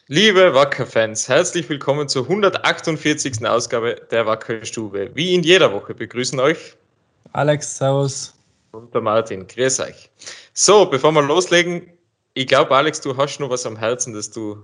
Liebe Wacker-Fans, herzlich willkommen zur 148. Ausgabe der Wacker-Stube. Wie in jeder Woche begrüßen euch Alex, servus. und der Martin. Grüß euch. So, bevor wir loslegen, ich glaube, Alex, du hast noch was am Herzen, das du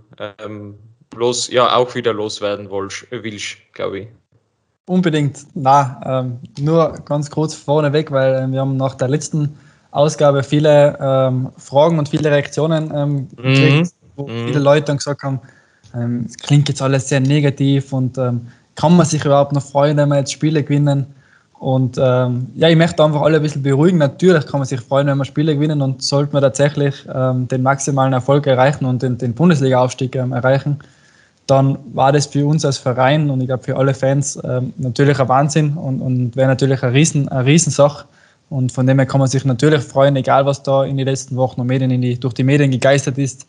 auch wieder loswerden willst, glaube ich. Unbedingt, nur ganz kurz vorneweg, weil wir haben nach der letzten Ausgabe viele Fragen und viele Reaktionen gekriegt, wo viele Leute dann gesagt haben, es klingt jetzt alles sehr negativ und kann man sich überhaupt noch freuen, wenn wir jetzt Spiele gewinnen? Und ich möchte einfach alle ein bisschen beruhigen. Natürlich kann man sich freuen, wenn wir Spiele gewinnen, und sollten wir tatsächlich den maximalen Erfolg erreichen und den Bundesliga-Aufstieg erreichen, dann war das für uns als Verein und ich glaube für alle Fans natürlich ein Wahnsinn und wäre natürlich eine Riesensache. Und von dem her kann man sich natürlich freuen, egal was da in den letzten Wochen und durch die Medien gegeistert ist.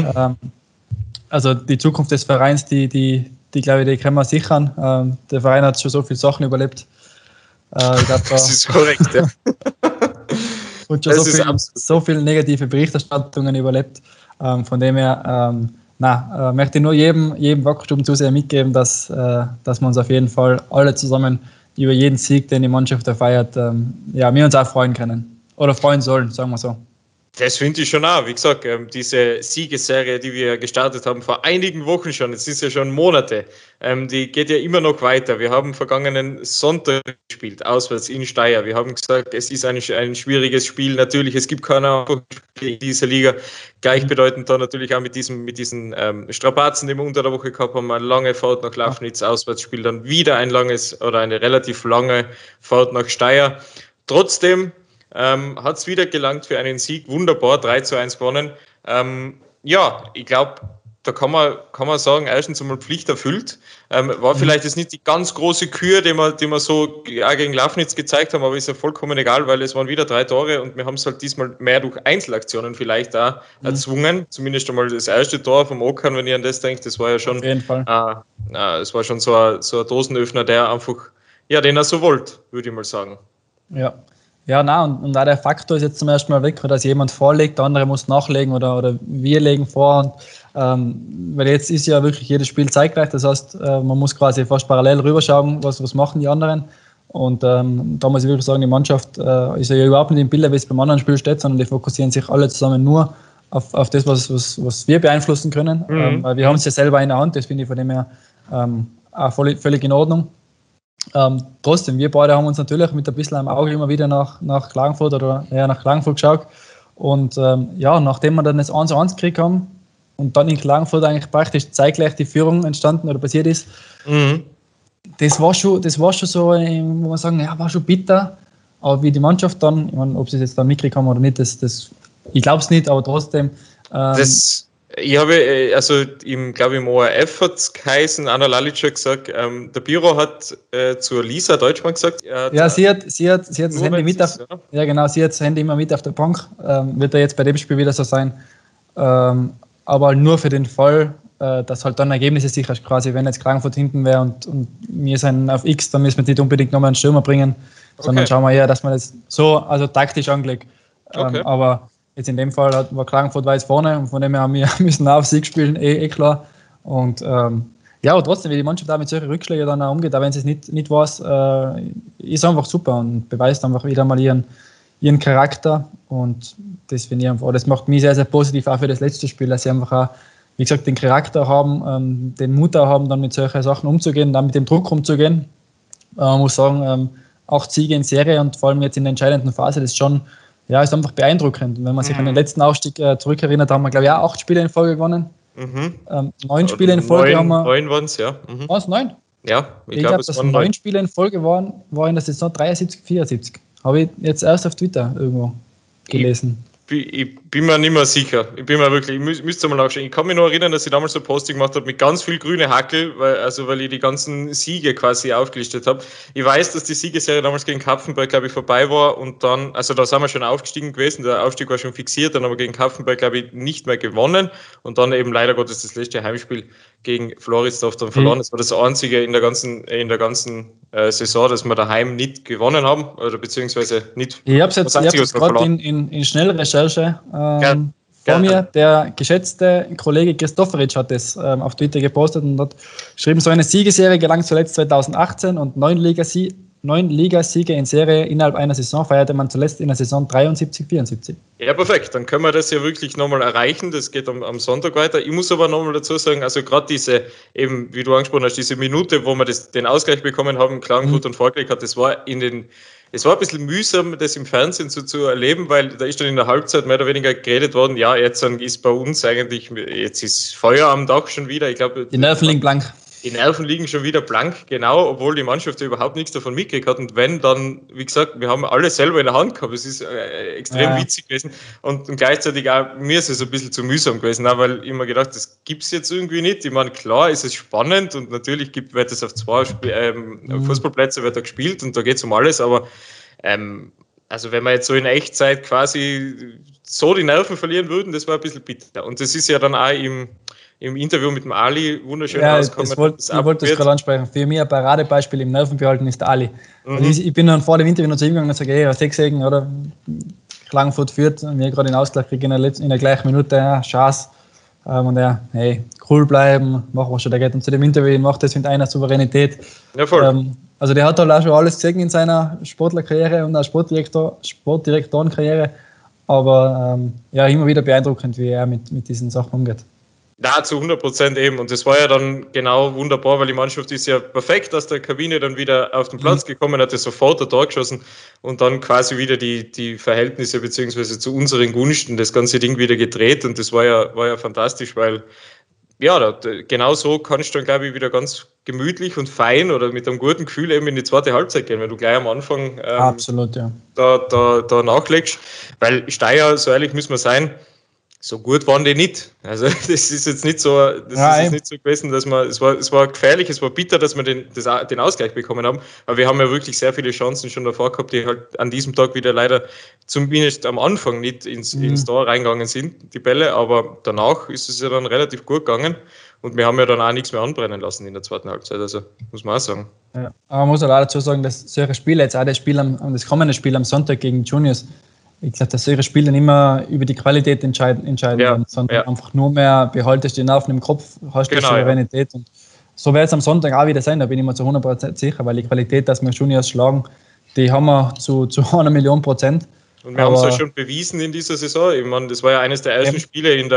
Also die Zukunft des Vereins, die glaube ich, die können wir sichern. Der Verein hat schon so viele Sachen überlebt. Ich glaub, das ist korrekt, ja. Und schon so viele negative Berichterstattungen überlebt. Von dem her möchte ich nur jedem Wackerstuben-Zuseher mitgeben, dass wir uns auf jeden Fall alle zusammen über jeden Sieg, den die Mannschaft erfeiert, wir uns auch freuen können. Oder freuen sollen, sagen wir so. Das finde ich schon auch. Wie gesagt, diese Siegesserie, die wir gestartet haben vor einigen Wochen schon, es ist ja schon Monate, die geht ja immer noch weiter. Wir haben vergangenen Sonntag gespielt, auswärts in Steyr. Wir haben gesagt, es ist ein schwieriges Spiel. Natürlich, es gibt keine Spiele in dieser Liga. Gleichbedeutend dann natürlich auch mit diesen Strapazen, die wir unter der Woche gehabt haben. Eine lange Fahrt nach Lafnitz, Auswärtsspiel, dann wieder eine relativ lange Fahrt nach Steyr. Trotzdem hat es wieder gelangt für einen Sieg. Wunderbar, 3:1 gewonnen. Ich glaube, da kann man sagen, erstens einmal Pflicht erfüllt. War vielleicht jetzt nicht die ganz große Kür, die wir so gegen Lafnitz gezeigt haben, aber ist ja vollkommen egal, weil es waren wieder 3 Tore und wir haben es halt diesmal mehr durch Einzelaktionen vielleicht da erzwungen. Zumindest einmal das erste Tor vom Okan, wenn ihr an das denkt, das war ja schon, auf jeden Fall. Es war schon so ein Dosenöffner, der einfach, den er so wollte, würde ich mal sagen. Ja, und auch der Faktor ist jetzt zum ersten Mal weg, dass jemand vorlegt, der andere muss nachlegen oder wir legen vor. Weil jetzt ist ja wirklich jedes Spiel zeitgleich, das heißt, man muss quasi fast parallel rüberschauen, was machen die anderen. Und da muss ich wirklich sagen, die Mannschaft ist ja überhaupt nicht im Bilde, wie es beim anderen Spiel steht, sondern die fokussieren sich alle zusammen nur auf das, was wir beeinflussen können. Weil wir haben es ja selber in der Hand, das finde ich von dem her auch völlig in Ordnung. Trotzdem, wir beide haben uns natürlich mit ein bisschen am Auge immer wieder nach Klagenfurt nach Klagenfurt geschaut. Und nachdem wir dann das 1:1 gekriegt haben und dann in Klagenfurt eigentlich praktisch zeitgleich die Führung entstanden oder passiert ist, das war schon so, wo man sagen, war schon bitter. Aber wie die Mannschaft dann, ich meine, ob sie es jetzt dann mitgekriegt haben oder nicht, ich glaube es nicht, aber trotzdem. Ich habe, im ORF hat es geheißen, Anna Lalic hat gesagt, der Biro hat zur Lisa Deutschmann gesagt. Sie hat das Handy mit auf, ja genau, sie hat das Handy immer mit auf der Bank. Wird ja jetzt bei dem Spiel wieder so sein. Aber nur für den Fall, dass halt dann Ergebnisse sicher ist, quasi, wenn jetzt Klagenfurt hinten wäre und wir sind auf X, dann müssen wir nicht unbedingt nochmal einen Stürmer bringen, sondern schauen wir eher, dass man das so, also taktisch angelegt. Aber jetzt in dem Fall war Klagenfurt weit vorne und von dem her müssen wir auf Sieg spielen, klar. Und trotzdem, wie die Mannschaft auch mit solchen Rückschlägen dann auch umgeht, auch wenn sie es nicht weiß, ist einfach super und beweist einfach wieder mal ihren Charakter. Und das finde ich einfach, das macht mich sehr, sehr positiv auch für das letzte Spiel, dass sie einfach auch, wie gesagt, den Charakter haben, den Mut auch haben, dann mit solchen Sachen umzugehen, dann mit dem Druck umzugehen. Man muss sagen, 8 Siege in Serie und vor allem jetzt in der entscheidenden Phase, das ist schon, ist einfach beeindruckend. Und wenn man sich an den letzten Aufstieg zurückerinnert, haben wir, glaube ich, auch 8 Spiele in Folge gewonnen. 9 Spiele in Folge haben wir. 9 waren es, ja. War es 9? Ja, ich glaube, dass 9 Spiele in Folge waren in der Saison 73, 74. Habe ich jetzt erst auf Twitter irgendwo gelesen. Ich bin mir nicht mehr sicher. Ich müsste mal nachschauen. Ich kann mich noch erinnern, dass ich damals so ein Posting gemacht habe mit ganz viel grüne Hackel, weil ich die ganzen Siege quasi aufgelistet habe. Ich weiß, dass die Siegesserie damals gegen Kapfenberg, glaube ich, vorbei war und dann, also da sind wir schon aufgestiegen gewesen, der Aufstieg war schon fixiert, dann haben wir gegen Kapfenberg, glaube ich, nicht mehr gewonnen und dann eben leider Gottes das letzte Heimspiel gegen Floridsdorf dann verloren. Das war das einzige in der ganzen Saison, dass wir daheim nicht gewonnen haben oder beziehungsweise nicht. Ich habe es jetzt gerade in Schnellrecherche vor mir, der geschätzte Kollege Christofferitsch hat das auf Twitter gepostet und hat geschrieben, so eine Siegesserie gelang zuletzt 2018 und 9 Ligasiege in Serie innerhalb einer Saison feierte man zuletzt in der Saison 73-74. Ja, perfekt. Dann können wir das ja wirklich nochmal erreichen. Das geht am Sonntag weiter. Ich muss aber nochmal dazu sagen, also gerade diese, eben wie du angesprochen hast, diese Minute, wo wir den Ausgleich bekommen haben, Klagenfurt und vorgelegt hat, es war ein bisschen mühsam, das im Fernsehen zu erleben, weil da ist dann in der Halbzeit mehr oder weniger geredet worden, ja, jetzt ist bei uns eigentlich, jetzt ist Feuer am Dach schon wieder. Ich glaube, die Nerven liegen blank. Die Nerven liegen schon wieder blank, genau, obwohl die Mannschaft ja überhaupt nichts davon mitgekriegt hat. Und wenn, dann, wie gesagt, wir haben alles selber in der Hand gehabt. Es ist extrem witzig gewesen. Und gleichzeitig auch, mir ist es ein bisschen zu mühsam gewesen, auch, weil ich mir gedacht, das gibt es jetzt irgendwie nicht. Ich meine, klar ist es spannend und natürlich wird es auf 2 Fußballplätze wird da gespielt und da geht es um alles, aber also wenn wir jetzt so in Echtzeit quasi so die Nerven verlieren würden, das war ein bisschen bitter. Und das ist ja dann auch im Interview mit dem Ali wunderschön rausgekommen. Ich wollte das gerade ansprechen. Für mich ein Paradebeispiel im Nervenbehalten ist der Ali. Ich bin dann vor dem Interview noch zu ihm gegangen und sage, hey, 6 Segen, oder? Klagenfurt führt, wir gerade den Ausgleich kriegen in der gleichen Minute, ja, Chance. Und er, hey, cool bleiben, machen wir schon, der geht dann zu dem Interview, macht das mit einer Souveränität. Ja, voll. Also der hat halt auch schon alles gesehen in seiner Sportlerkarriere und auch Sportdirektorenkarriere. Aber immer wieder beeindruckend, wie er mit diesen Sachen umgeht. Ja, zu 100% eben. Und das war ja dann genau wunderbar, weil die Mannschaft ist ja perfekt aus der Kabine dann wieder auf den Platz gekommen, hat sofort ein Tor geschossen und dann quasi wieder die Verhältnisse beziehungsweise zu unseren Gunsten das ganze Ding wieder gedreht. Und das war ja fantastisch, weil genau so kannst du dann, glaube ich, wieder ganz gemütlich und fein oder mit einem guten Gefühl eben in die zweite Halbzeit gehen, wenn du gleich am Anfang absolut, ja. da nachlegst. Weil Steyr, so ehrlich müssen wir sein, so gut waren die nicht. Also das ist jetzt nicht so, nicht so gewesen, dass es war gefährlich, es war bitter, dass wir den Ausgleich bekommen haben, aber wir haben ja wirklich sehr viele Chancen schon davor gehabt, die halt an diesem Tag wieder leider zumindest am Anfang nicht ins Tor reingegangen sind, die Bälle, aber danach ist es ja dann relativ gut gegangen und wir haben ja dann auch nichts mehr anbrennen lassen in der zweiten Halbzeit, also muss man auch sagen. Ja. Aber man muss auch dazu sagen, dass solche Spiele, jetzt auch das kommende Spiel am Sonntag gegen Juniors, ich glaube, dass solche Spiele dann immer über die Qualität entscheiden sondern einfach nur mehr behaltest die Nerven im Kopf, hast die Souveränität. Und so wird es am Sonntag auch wieder sein, da bin ich mir zu 100% sicher, weil die Qualität, dass wir Juniors schlagen, die haben wir zu 1.000.000%. Und wir haben es ja schon bewiesen in dieser Saison. Ich meine, das war ja eines der ersten Spiele in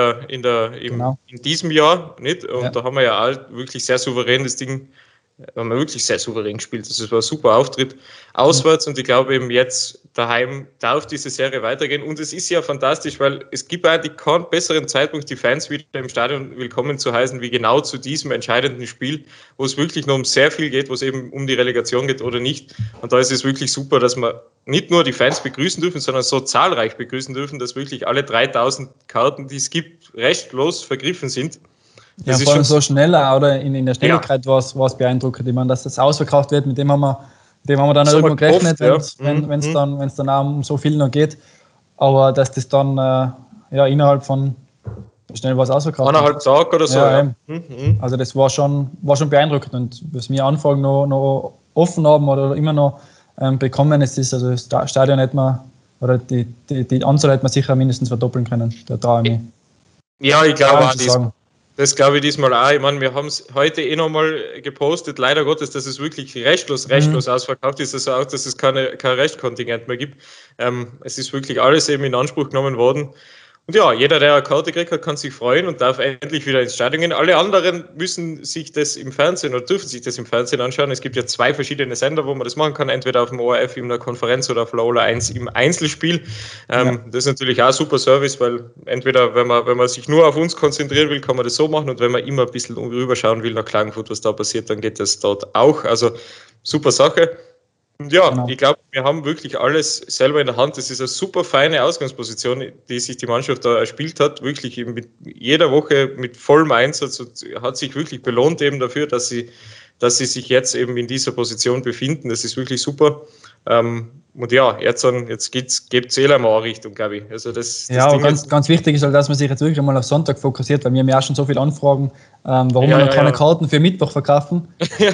diesem Jahr, nicht? Und da haben wir ja auch wirklich sehr souverän das Ding, haben wir wirklich sehr souverän gespielt. Das war ein super Auftritt auswärts und ich glaube eben jetzt daheim darf diese Serie weitergehen und es ist ja fantastisch, weil es gibt eigentlich keinen besseren Zeitpunkt, die Fans wieder im Stadion willkommen zu heißen, wie genau zu diesem entscheidenden Spiel, wo es wirklich noch um sehr viel geht, wo es eben um die Relegation geht oder nicht. Und da ist es wirklich super, dass wir nicht nur die Fans begrüßen dürfen, sondern so zahlreich begrüßen dürfen, dass wirklich alle 3.000 Karten, die es gibt, restlos vergriffen sind. Das ist vor allem so schneller oder in der Schnelligkeit war es beeindruckend. Ich meine, dass das ausverkauft wird, mit dem haben wir dann irgendwo gerechnet, wenn es dann auch um so viel noch geht. Aber dass das dann innerhalb von, schnell war es ausverkauft. 1,5 Tage oder so. Also das war schon beeindruckend. Und was wir Anfragen noch offen haben oder immer noch bekommen, es ist, also das Stadion hätte man, oder die Anzahl hätte man sicher mindestens verdoppeln können. Da traue ich mich. Ja, ich glaube auch, das glaube ich diesmal auch. Ich meine, wir haben es heute nochmal gepostet, leider Gottes, dass es wirklich restlos ausverkauft ist, also auch, dass es kein Restkontingent mehr gibt. Es ist wirklich alles eben in Anspruch genommen worden. Und ja, jeder, der eine Karte gekriegt hat, kann sich freuen und darf endlich wieder ins Stadion gehen. Alle anderen müssen sich das im Fernsehen oder dürfen sich das im Fernsehen anschauen. Es gibt ja 2 verschiedene Sender, wo man das machen kann, entweder auf dem ORF in einer Konferenz oder auf Lola 1 im Einzelspiel. Das ist natürlich auch ein super Service, weil entweder, wenn man sich nur auf uns konzentrieren will, kann man das so machen und wenn man immer ein bisschen rüberschauen will nach Klagenfurt, was da passiert, dann geht das dort auch. Also super Sache. Und ja, Ich glaube, wir haben wirklich alles selber in der Hand. Das ist eine super feine Ausgangsposition, die sich die Mannschaft da erspielt hat. Wirklich mit jeder Woche mit vollem Einsatz und hat sich wirklich belohnt eben dafür, dass sie sich jetzt eben in dieser Position befinden. Das ist wirklich super. Und ja, jetzt geht es in eine Richtung, glaube ich. Also das ganz wichtig ist halt, dass man sich jetzt wirklich einmal auf Sonntag fokussiert, weil wir haben ja auch schon so viele Anfragen, warum wir noch keine Karten für Mittwoch verkaufen.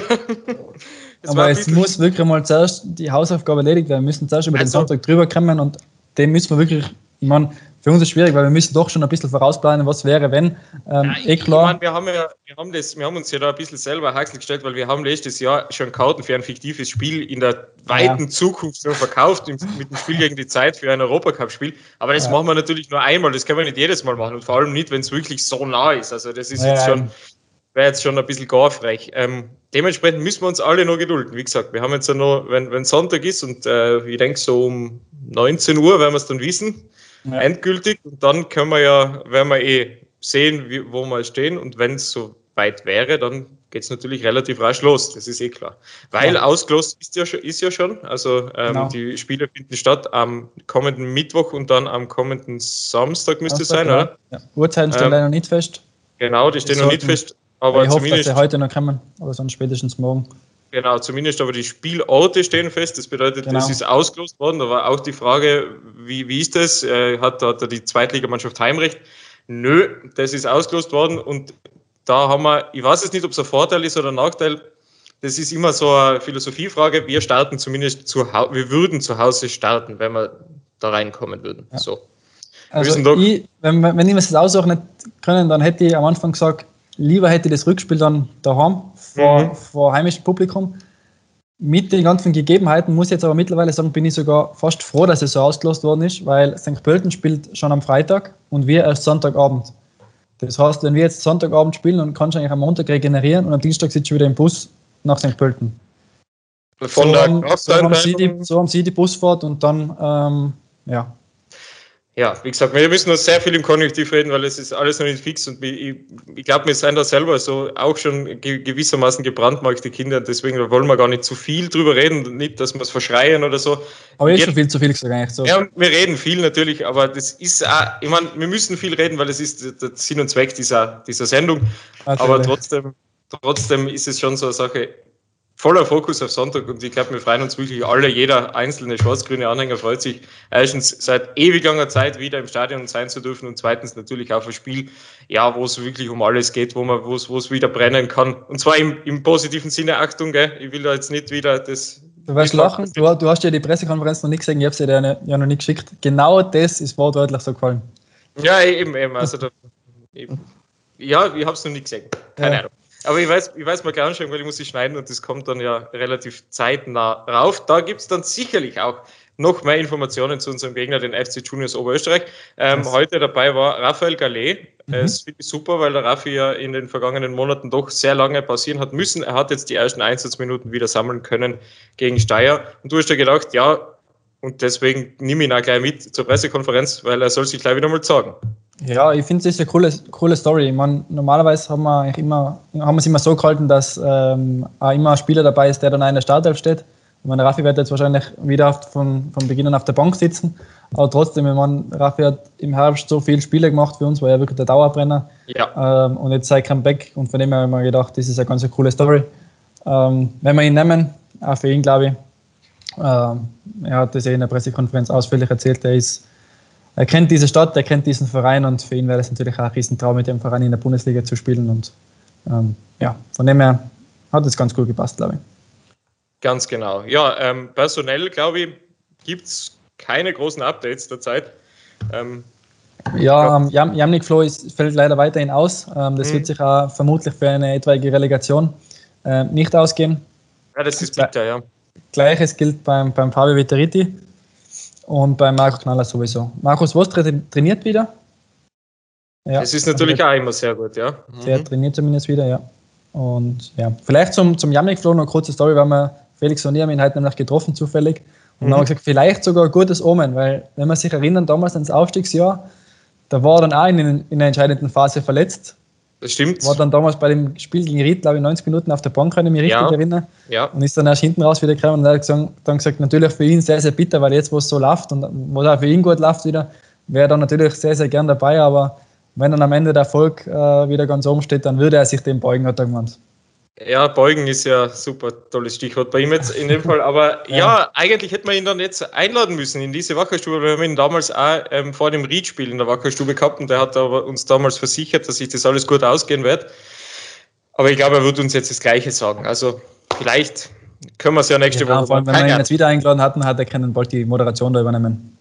Aber es muss wirklich mal zuerst die Hausaufgabe erledigt werden. Wir müssen zuerst über den Sonntag drüber kommen und dem müssen wir wirklich, ich meine, für uns ist es schwierig, weil wir müssen doch schon ein bisschen vorausplanen, was wäre, wenn. Klar. Ich meine, wir haben uns ja da ein bisschen selber Haxel gestellt, weil wir haben letztes Jahr schon Karten für ein fiktives Spiel in der weiten Zukunft schon verkauft, mit dem Spiel gegen die Zeit für ein Europacup-Spiel. Aber das machen wir natürlich nur einmal, das können wir nicht jedes Mal machen und vor allem nicht, wenn es wirklich so nah ist. Also das ist wäre jetzt schon ein bisschen gar frech. Dementsprechend müssen wir uns alle noch gedulden. Wie gesagt, wir haben jetzt ja noch, wenn Sonntag ist und ich denke so um 19 Uhr werden wir es dann wissen, endgültig. Und dann werden wir sehen, wo wir stehen. Und wenn es so weit wäre, dann geht es natürlich relativ rasch los. Das ist klar. Weil ausgelost ist ja schon. Also die Spiele finden statt am kommenden Mittwoch und dann am kommenden Samstag müsste es sein, genau. oder? Ja. Uhrzeiten stehen leider noch nicht fest. Genau, die stehen noch nicht fest. Aber ich hoffe, dass sie heute noch kommen, aber sonst spätestens morgen. Genau, zumindest aber die Spielorte stehen fest. Das bedeutet, es ist ausgelost worden. Da war auch die Frage, wie ist das? Hat die Zweitligamannschaft Heimrecht? Nö, das ist ausgelost worden. Und da haben wir, ich weiß jetzt nicht, ob es ein Vorteil ist oder ein Nachteil. Das ist immer so eine Philosophiefrage. Wir starten zumindest wir würden zu Hause starten, wenn wir da reinkommen würden. Ja. So. Also wenn ich mir das aussuchen hätte können, dann hätte ich am Anfang gesagt, lieber hätte ich das Rückspiel dann daheim vor heimischem Publikum. Mit den ganzen Gegebenheiten muss ich jetzt aber mittlerweile sagen, bin ich sogar fast froh, dass es so ausgelost worden ist, weil St. Pölten spielt schon am Freitag und wir erst Sonntagabend. Das heißt, wenn wir jetzt Sonntagabend spielen, dann kannst du eigentlich am Montag regenerieren und am Dienstag sitzt du wieder im Bus nach St. Pölten. So haben sie die Busfahrt und dann, Ja, wie gesagt, wir müssen noch sehr viel im Konjunktiv reden, weil es ist alles noch nicht fix und ich glaube, wir sind da selber so auch schon gewissermaßen gebrandmarkte Kinder und deswegen wollen wir gar nicht zu viel drüber reden, nicht, dass wir es verschreien oder so. Aber schon viel zu viel gesagt eigentlich. So. Ja, wir reden viel natürlich, aber das ist auch, ich meine, wir müssen viel reden, weil es ist der Sinn und Zweck dieser Sendung, aber trotzdem ist es schon so eine Sache, voller Fokus auf Sonntag und ich glaube, wir freuen uns wirklich alle, jeder einzelne schwarz-grüne Anhänger freut sich erstens seit ewig langer Zeit wieder im Stadion sein zu dürfen und zweitens natürlich auf ein Spiel, wo es wirklich um alles geht, wo es wieder brennen kann und zwar im positiven Sinne, Achtung, gell? Ich will da jetzt nicht wieder das... Du wirst lachen, du hast ja die Pressekonferenz noch nicht gesehen, ich habe sie dir ja noch nicht geschickt, genau das ist wortwörtlich so gefallen. Ja, eben, also ich habe es noch nicht gesehen, keine Ahnung. Aber ich weiß mal gleich anschauen, weil ich muss sie schneiden und das kommt dann ja relativ zeitnah rauf. Da gibt es dann sicherlich auch noch mehr Informationen zu unserem Gegner, den FC Juniors Oberösterreich. Heute dabei war Raphael Gallet. Das finde ich super, weil der Raffi ja in den vergangenen Monaten doch sehr lange pausieren hat müssen. Er hat jetzt die ersten Einsatzminuten wieder sammeln können gegen Steyr. Und du hast ja gedacht, und deswegen nehme ich ihn auch gleich mit zur Pressekonferenz, weil er soll sich gleich wieder mal sagen. Ja, ich finde, es ist eine coole Story. Ich meine, normalerweise haben wir es immer so gehalten, dass auch immer ein Spieler dabei ist, der dann in der Startelf steht. Ich meine, Raffi wird jetzt wahrscheinlich wieder von Beginn an auf der Bank sitzen. Aber trotzdem, ich meine, Raffi hat im Herbst so viele Spiele gemacht für uns, war ja wirklich der Dauerbrenner. Ja. Und jetzt sei Comeback und von dem her habe ich mir gedacht, das ist eine ganz coole Story. Wenn wir ihn nehmen, auch für ihn, glaube ich. Er hat das ja in der Pressekonferenz ausführlich erzählt, er kennt diese Stadt, er kennt diesen Verein und für ihn wäre es natürlich auch ein Riesentraum, mit dem Verein in der Bundesliga zu spielen. Und von dem her hat es ganz gut gepasst, glaube ich. Ganz genau. Ja, personell, glaube ich, gibt es keine großen Updates derzeit. Jamnik Floh fällt leider weiterhin aus. Das wird sich auch vermutlich für eine etwaige Relegation nicht ausgehen. Ja, das ist bitter, ja. Gleiches gilt beim Fabio Vittoriti. Und bei Marco Knaller sowieso. Markus Wost trainiert wieder. Ja, das ist natürlich auch immer sehr gut, ja. Der trainiert zumindest wieder, ja. Und ja, vielleicht zum Jamnik Floh noch eine kurze Story, weil wir Felix und ich haben ihn heute nämlich getroffen, zufällig. Und dann haben wir gesagt, vielleicht sogar ein gutes Omen, weil, wenn wir sich erinnern, damals ans Aufstiegsjahr, da war er dann auch in der entscheidenden Phase verletzt. Das stimmt. War dann damals bei dem Spiel gegen Ried, glaube ich, 90 Minuten auf der Bank, wenn ich mich richtig erinnere. Ja. Und ist dann erst hinten raus wieder gekommen und er hat dann gesagt, natürlich für ihn sehr, sehr bitter, weil jetzt, wo es so läuft und wo es auch für ihn gut läuft wieder, wäre er dann natürlich sehr, sehr gern dabei, aber wenn dann am Ende der Erfolg wieder ganz oben steht, dann würde er sich dem beugen, hat er gemeint. Ja, beugen ist ja super tolles Stichwort bei ihm jetzt in dem Fall. Aber eigentlich hätte man ihn dann jetzt einladen müssen in diese Wackerstube. Wir haben ihn damals auch vor dem Ried-Spiel in der Wackerstube gehabt und der hat aber uns damals versichert, dass sich das alles gut ausgehen wird. Aber ich glaube, er wird uns jetzt das Gleiche sagen. Also vielleicht können wir es ja nächste Woche machen. Wenn wir ihn jetzt wieder eingeladen hatten, hat er können bald die Moderation da übernehmen.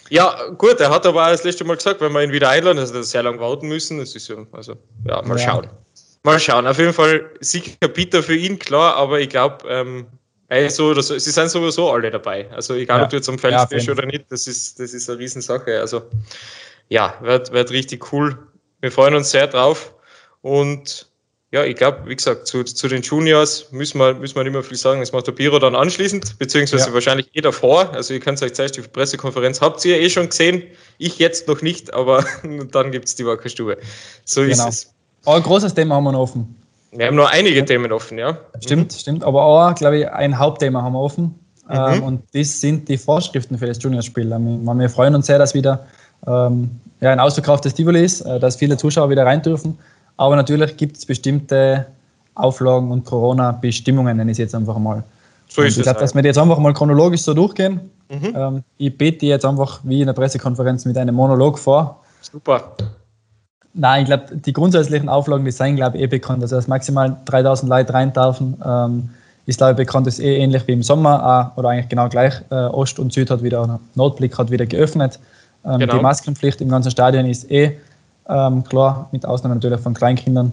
Ja, gut, er hat aber auch das letzte Mal gesagt, wenn wir ihn wieder einladen, dass wir sehr lange warten müssen. Das ist ja, also, ja, mal schauen. Mal schauen. Auf jeden Fall sicher bitter für ihn, klar, aber ich glaube, so, sie sind sowieso alle dabei. Also egal, ob du jetzt am Feld stehst oder nicht, das ist eine Riesensache. Also ja, wird richtig cool. Wir freuen uns sehr drauf. Und ja, ich glaube, wie gesagt, zu den Juniors müssen wir nicht mehr viel sagen. Das macht der Biro dann anschließend, beziehungsweise wahrscheinlich davor. Also ihr könnt euch zuerst die Pressekonferenz, habt ihr schon gesehen? Ich jetzt noch nicht, aber dann gibt es die Wackerstube. So ist es. Aber ein großes Thema haben wir noch offen. Wir haben noch einige Themen offen, ja. Stimmt. Aber auch, glaube ich, ein Hauptthema haben wir offen. Und das sind die Vorschriften für das Juniorspiel. Wir freuen uns sehr, dass wieder ein ausverkauftes Tivoli ist, dass viele Zuschauer wieder rein dürfen. Aber natürlich gibt es bestimmte Auflagen und Corona-Bestimmungen, nenne ich es jetzt einfach mal. So ist es. Ich glaube, dass wir die jetzt einfach mal chronologisch so durchgehen. Ich bete die jetzt einfach wie in der Pressekonferenz mit einem Monolog vor. Super. Nein, ich glaube, die grundsätzlichen Auflagen, die sind, glaube ich, bekannt. Also, dass maximal 3000 Leute rein dürfen, ist, glaube ich, bekannt. Das ist ähnlich wie im Sommer, oder eigentlich genau gleich. Ost und Süd hat wieder, Nordblick hat wieder geöffnet. Die Maskenpflicht im ganzen Stadion ist klar, mit Ausnahme natürlich von Kleinkindern.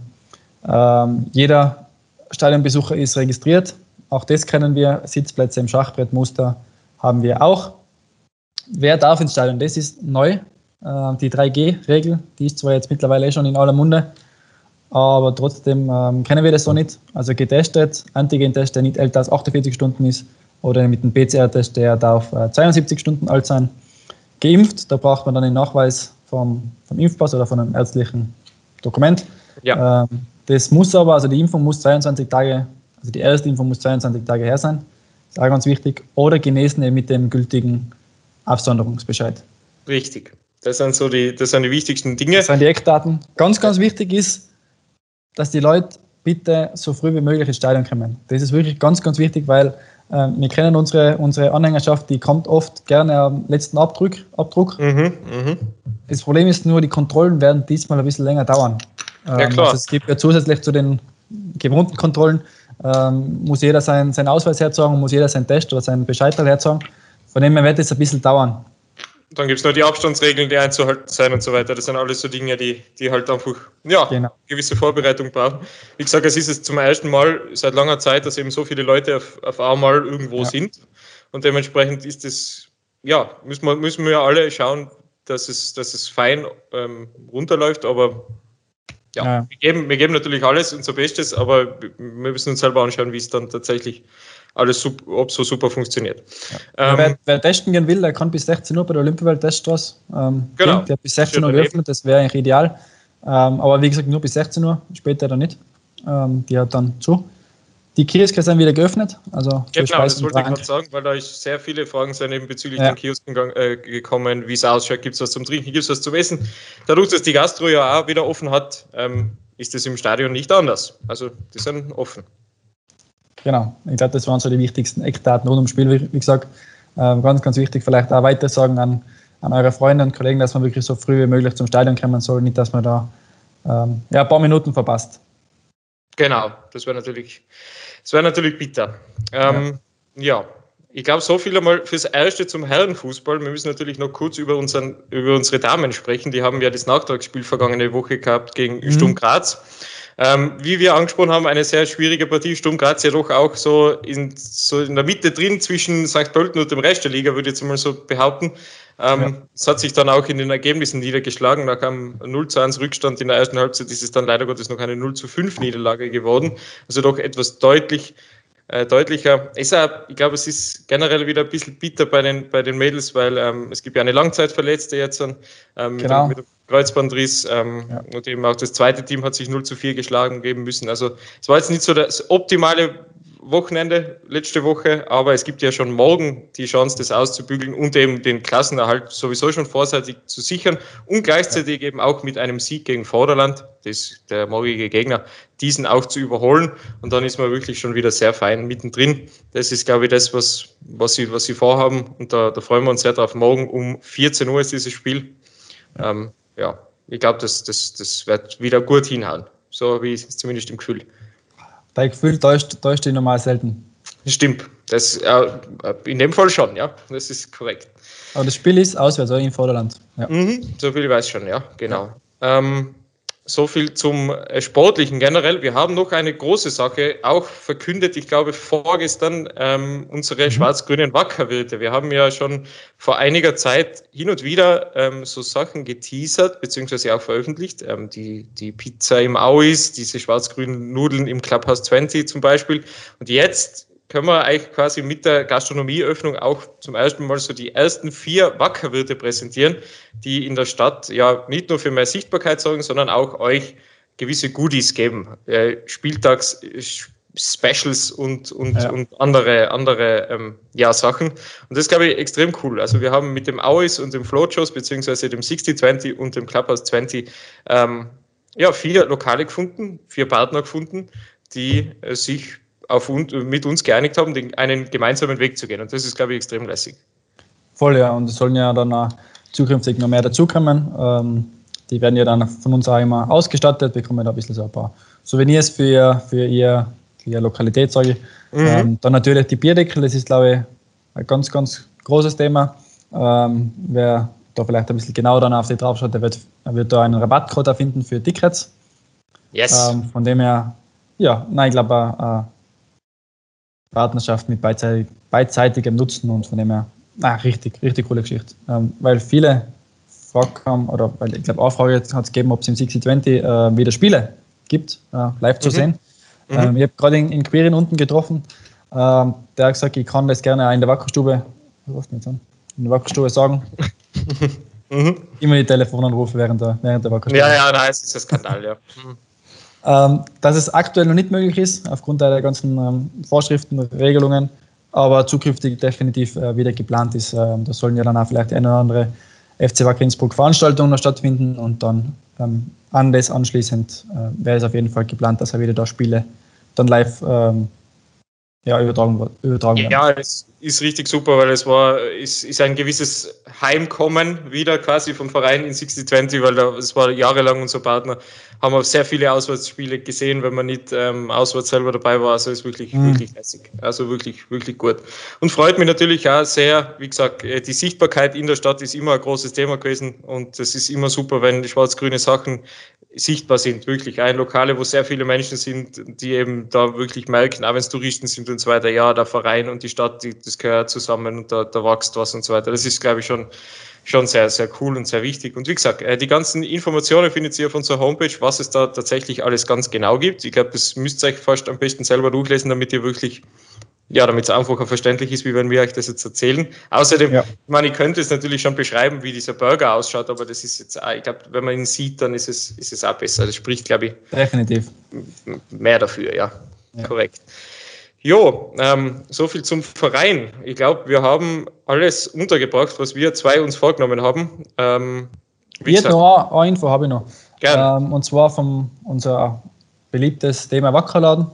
Jeder Stadionbesucher ist registriert. Auch das kennen wir. Sitzplätze im Schachbrettmuster haben wir auch. Wer darf ins Stadion? Das ist neu. Die 3G-Regel, die ist zwar jetzt mittlerweile schon in aller Munde, aber trotzdem kennen wir das so nicht. Also getestet, Antigen-Test, der nicht älter als 48 Stunden ist, oder mit dem PCR-Test, der darf 72 Stunden alt sein. Geimpft, da braucht man dann den Nachweis vom Impfpass oder von einem ärztlichen Dokument. Ja. Das muss aber, also die Impfung muss 22 Tage, also die erste Impfung muss 22 Tage her sein, ist auch ganz wichtig, oder genesen mit dem gültigen Absonderungsbescheid. Richtig. Das sind die wichtigsten Dinge. Das sind die Eckdaten. Ganz, ganz wichtig ist, dass die Leute bitte so früh wie möglich ins Stadion kommen. Das ist wirklich ganz, ganz wichtig, weil wir kennen unsere Anhängerschaft, die kommt oft gerne am letzten Abdruck. Das Problem ist nur, die Kontrollen werden diesmal ein bisschen länger dauern. Ja, klar. Also es gibt ja zusätzlich zu den gewohnten Kontrollen, muss jeder seinen Ausweis herzeigen, muss jeder seinen Test oder seinen Bescheid herzeigen. Von dem her wird es ein bisschen dauern. Dann gibt es noch die Abstandsregeln, die einzuhalten sein und so weiter. Das sind alles so Dinge, die halt einfach gewisse Vorbereitung brauchen. Wie gesagt, es ist es zum ersten Mal seit langer Zeit, dass eben so viele Leute auf einmal irgendwo sind. Und dementsprechend ist es, müssen wir alle schauen, dass es fein runterläuft. Aber wir geben natürlich alles unser Bestes, aber wir müssen uns selber anschauen, wie es dann tatsächlich alles, ob so super funktioniert. Wer testen gehen will, der kann bis 16 Uhr bei der Olympiawelt-Teststraße genau. Der hat bis 16 Uhr geöffnet, das wäre eigentlich ideal. Aber wie gesagt, nur bis 16 Uhr, später dann nicht. Die hat dann zu. Die Kioske sind wieder geöffnet. Also genau, das wollte ich gerade sagen, weil da sehr viele Fragen sind eben bezüglich den Kiosken gekommen, wie es ausschaut, gibt es was zum Trinken, gibt es was zum Essen. Dadurch, dass die Gastro ja auch wieder offen hat, ist es im Stadion nicht anders. Also die sind offen. Genau, ich glaube, das waren so die wichtigsten Eckdaten rund ums Spiel, wie gesagt. Ganz, ganz wichtig, vielleicht auch weiter sagen an eure Freunde und Kollegen, dass man wirklich so früh wie möglich zum Stadion kommen soll, nicht, dass man da ein paar Minuten verpasst. Genau, das wäre natürlich bitter. Ich glaube, so viel einmal fürs Erste zum Herrenfußball. Wir müssen natürlich noch kurz über unsere Damen sprechen. Die haben ja das Nachtragsspiel vergangene Woche gehabt gegen Sturm Graz. Wie wir angesprochen haben, eine sehr schwierige Partie. Sturm Graz ja doch auch so in der Mitte drin zwischen St. Pölten und dem Rest der Liga, würde ich jetzt mal so behaupten. Es hat sich dann auch in den Ergebnissen niedergeschlagen. Nach einem 0:1 Rückstand in der ersten Halbzeit ist es dann leider Gottes noch eine 0:5 Niederlage geworden. Also doch etwas deutlicher. Ich glaube, es ist generell wieder ein bisschen bitter bei den Mädels, weil es gibt ja eine Langzeitverletzte jetzt mit dem Kreuzbandriss und eben auch das zweite Team hat sich 0:4 geschlagen geben müssen. Also es war jetzt nicht so das optimale Wochenende letzte Woche, aber es gibt ja schon morgen die Chance, das auszubügeln und eben den Klassenerhalt sowieso schon vorzeitig zu sichern und gleichzeitig eben auch mit einem Sieg gegen Vorderland, das ist der morgige Gegner, diesen auch zu überholen und dann ist man wirklich schon wieder sehr fein mittendrin. Das ist, glaube ich, das, was sie vorhaben und da freuen wir uns sehr drauf. Morgen um 14 Uhr ist dieses Spiel. Ich glaube, das wird wieder gut hinhauen. So habe ich es zumindest im Gefühl. Dein Gefühl täuscht dich normal selten. Stimmt. Das, in dem Fall schon, ja, das ist korrekt. Aber das Spiel ist auswärts, oder? Im Vorderland. Ja. So viel ich weiß schon, ja, genau. Ja. So viel zum Sportlichen generell. Wir haben noch eine große Sache auch verkündet, ich glaube vorgestern, unsere schwarz-grünen Wackerwirte. Wir haben ja schon vor einiger Zeit hin und wieder so Sachen geteasert, beziehungsweise auch veröffentlicht. Die Pizza im Auis, diese schwarz-grünen Nudeln im Clubhouse 20 zum Beispiel. Und jetzt können wir eigentlich quasi mit der Gastronomieöffnung auch zum ersten Mal so die ersten 4 Wackerwirte präsentieren, die in der Stadt ja nicht nur für mehr Sichtbarkeit sorgen, sondern auch euch gewisse Goodies geben. Spieltags-Specials und andere Sachen. Und das ist, glaube ich, extrem cool. Also wir haben mit dem Auis und dem Floatshows beziehungsweise dem 6020 und dem Clubhouse 20 4 Lokale gefunden, 4 Partner gefunden, die sich mit uns geeinigt haben, einen gemeinsamen Weg zu gehen. Und das ist, glaube ich, extrem lässig. Voll, ja. Und es sollen ja dann auch zukünftig noch mehr dazukommen. Die werden ja dann von uns auch immer ausgestattet, bekommen da ein bisschen so ein paar Souvenirs für ihre Lokalität, sage ich. Dann natürlich die Bierdeckel, das ist, glaube ich, ein ganz, ganz großes Thema. Wer da vielleicht ein bisschen genauer dann auf die drauf schaut, der wird da einen Rabattcode finden für Tickets. Yes. Von dem her, ja, nein, ich glaube, Partnerschaft mit beidseitigem Nutzen und von dem her, richtig, richtig coole Geschichte. Weil viele Fragen oder weil ich glaube, Anfrage hat es gegeben, ob es im 6020 wieder Spiele gibt, live zu sehen. Ich habe gerade in Quirin unten getroffen, der hat gesagt, ich kann das gerne auch in der Wackerstube sagen. Immer die Telefonanrufe während der Wackerstube. Ja, nein, es ist ein Skandal, ja. Dass es aktuell noch nicht möglich ist, aufgrund der ganzen Vorschriften und Regelungen, aber zukünftig definitiv wieder geplant ist. Da sollen ja dann auch vielleicht eine oder andere FC Wacker Innsbruck Veranstaltungen noch stattfinden und dann anschließend wäre es auf jeden Fall geplant, dass er wieder da Spiele dann live übertragen werden. Ja, es ist richtig super, weil ist ein gewisses Heimkommen wieder quasi vom Verein in 6020, weil es war jahrelang unser Partner, haben wir sehr viele Auswärtsspiele gesehen, wenn man nicht auswärts selber dabei war, also ist wirklich lässig, also wirklich, wirklich gut. Und freut mich natürlich auch sehr, wie gesagt, die Sichtbarkeit in der Stadt ist immer ein großes Thema gewesen und es ist immer super, wenn die schwarz-grüne Sachen sichtbar sind, wirklich. Ein Lokale, wo sehr viele Menschen sind, die eben da wirklich merken, auch wenn es Touristen sind und so weiter, ja, der Verein und die Stadt, das gehört zusammen und da wächst was und so weiter. Das ist, glaube ich, schon sehr, sehr cool und sehr wichtig. Und wie gesagt, die ganzen Informationen findet ihr auf unserer Homepage, was es da tatsächlich alles ganz genau gibt. Ich glaube, das müsst ihr euch fast am besten selber durchlesen, damit ihr wirklich, damit es einfacher verständlich ist, wie wenn wir euch das jetzt erzählen. Außerdem, ich meine, ich könnte es natürlich schon beschreiben, wie dieser Burger ausschaut, aber das ist jetzt, ich glaube, wenn man ihn sieht, dann ist es auch besser. Das spricht, glaube ich, definitiv mehr dafür, ja. Korrekt. Jo, so viel zum Verein. Ich glaube, wir haben alles untergebracht, was wir 2 uns vorgenommen haben. Noch eine Info habe ich noch. Gerne. Und zwar von unser beliebtes Thema Wackerladen.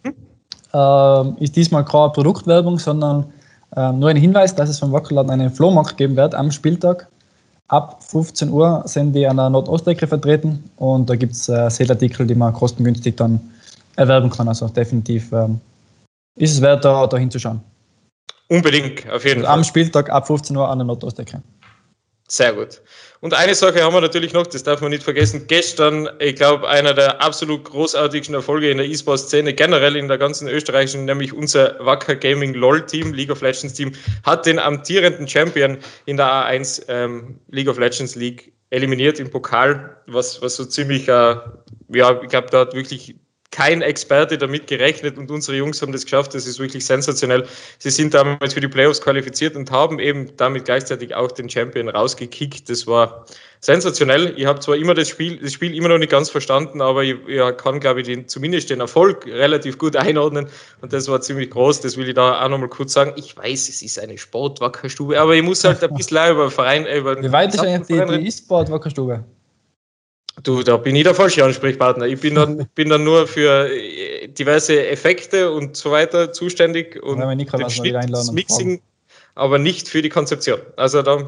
Ist diesmal keine Produktwerbung, sondern nur ein Hinweis, dass es vom Wackerladen einen Flohmarkt geben wird am Spieltag. Ab 15 Uhr sind die an der Nordostecke vertreten und da gibt es Sale-Artikel, die man kostengünstig dann erwerben kann. Also definitiv ist es wert, da hinzuschauen. Unbedingt, auf jeden Fall. Am Spieltag ab 15 Uhr an der Nordostecke. Sehr gut. Und eine Sache haben wir natürlich noch, das darf man nicht vergessen. Gestern, ich glaube, einer der absolut großartigsten Erfolge in der E-Sport-Szene, generell in der ganzen österreichischen, nämlich unser Wacker Gaming LOL-Team, League of Legends-Team, hat den amtierenden Champion in der A1 League of Legends League eliminiert im Pokal, was so ziemlich, ich glaube, da hat wirklich kein Experte damit gerechnet und unsere Jungs haben das geschafft, das ist wirklich sensationell. Sie sind damals für die Playoffs qualifiziert und haben eben damit gleichzeitig auch den Champion rausgekickt. Das war sensationell. Ich habe zwar immer das Spiel immer noch nicht ganz verstanden, aber ich kann, glaube ich, zumindest den Erfolg relativ gut einordnen und das war ziemlich groß. Das will ich da auch nochmal kurz sagen. Ich weiß, es ist eine Sportwackerstube, aber ich muss halt ein bisschen auch über den Verein, Wie weit ist eigentlich die E-Sport-Wackerstube? Du, da bin ich der falsche Ansprechpartner. Ich bin dann nur für diverse Effekte und so weiter zuständig und den Schnitt, das Mixing, aber nicht für die Konzeption. Also da,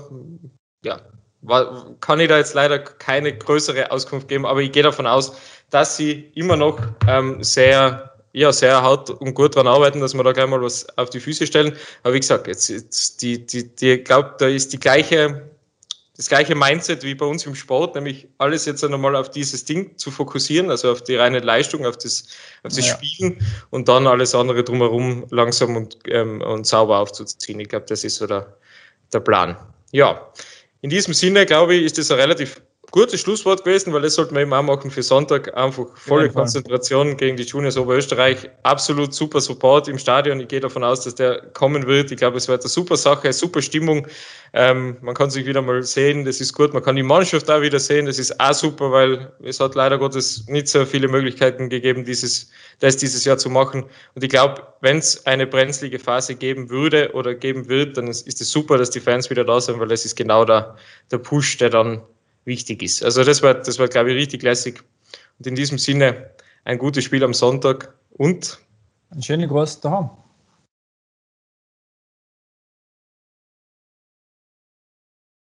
kann ich da jetzt leider keine größere Auskunft geben, aber ich gehe davon aus, dass sie immer noch sehr sehr hart und gut daran arbeiten, dass wir da gleich mal was auf die Füße stellen. Aber wie gesagt, ich glaube, da ist das gleiche Mindset wie bei uns im Sport, nämlich alles jetzt einmal auf dieses Ding zu fokussieren, also auf die reine Leistung, auf das Spielen und dann alles andere drumherum langsam und sauber aufzuziehen. Ich glaube, das ist so der Plan. Ja, in diesem Sinne, glaube ich, ist das ein relativ gutes Schlusswort gewesen, weil das sollten wir eben auch machen für Sonntag. Einfach volle Konzentration gegen die Juniors Oberösterreich. Absolut super Support im Stadion. Ich gehe davon aus, dass der kommen wird. Ich glaube, es wird eine super Sache, super Stimmung. Man kann sich wieder mal sehen, das ist gut. Man kann die Mannschaft auch wieder sehen, das ist auch super, weil es hat leider Gottes nicht so viele Möglichkeiten gegeben, das dieses Jahr zu machen. Und ich glaube, wenn es eine brenzlige Phase geben würde oder geben wird, dann ist es super, dass die Fans wieder da sind, weil das ist genau der Push, der dann wichtig ist. Also das war, glaube ich, richtig lässig. Und in diesem Sinne ein gutes Spiel am Sonntag und ein schönes Gruß daheim.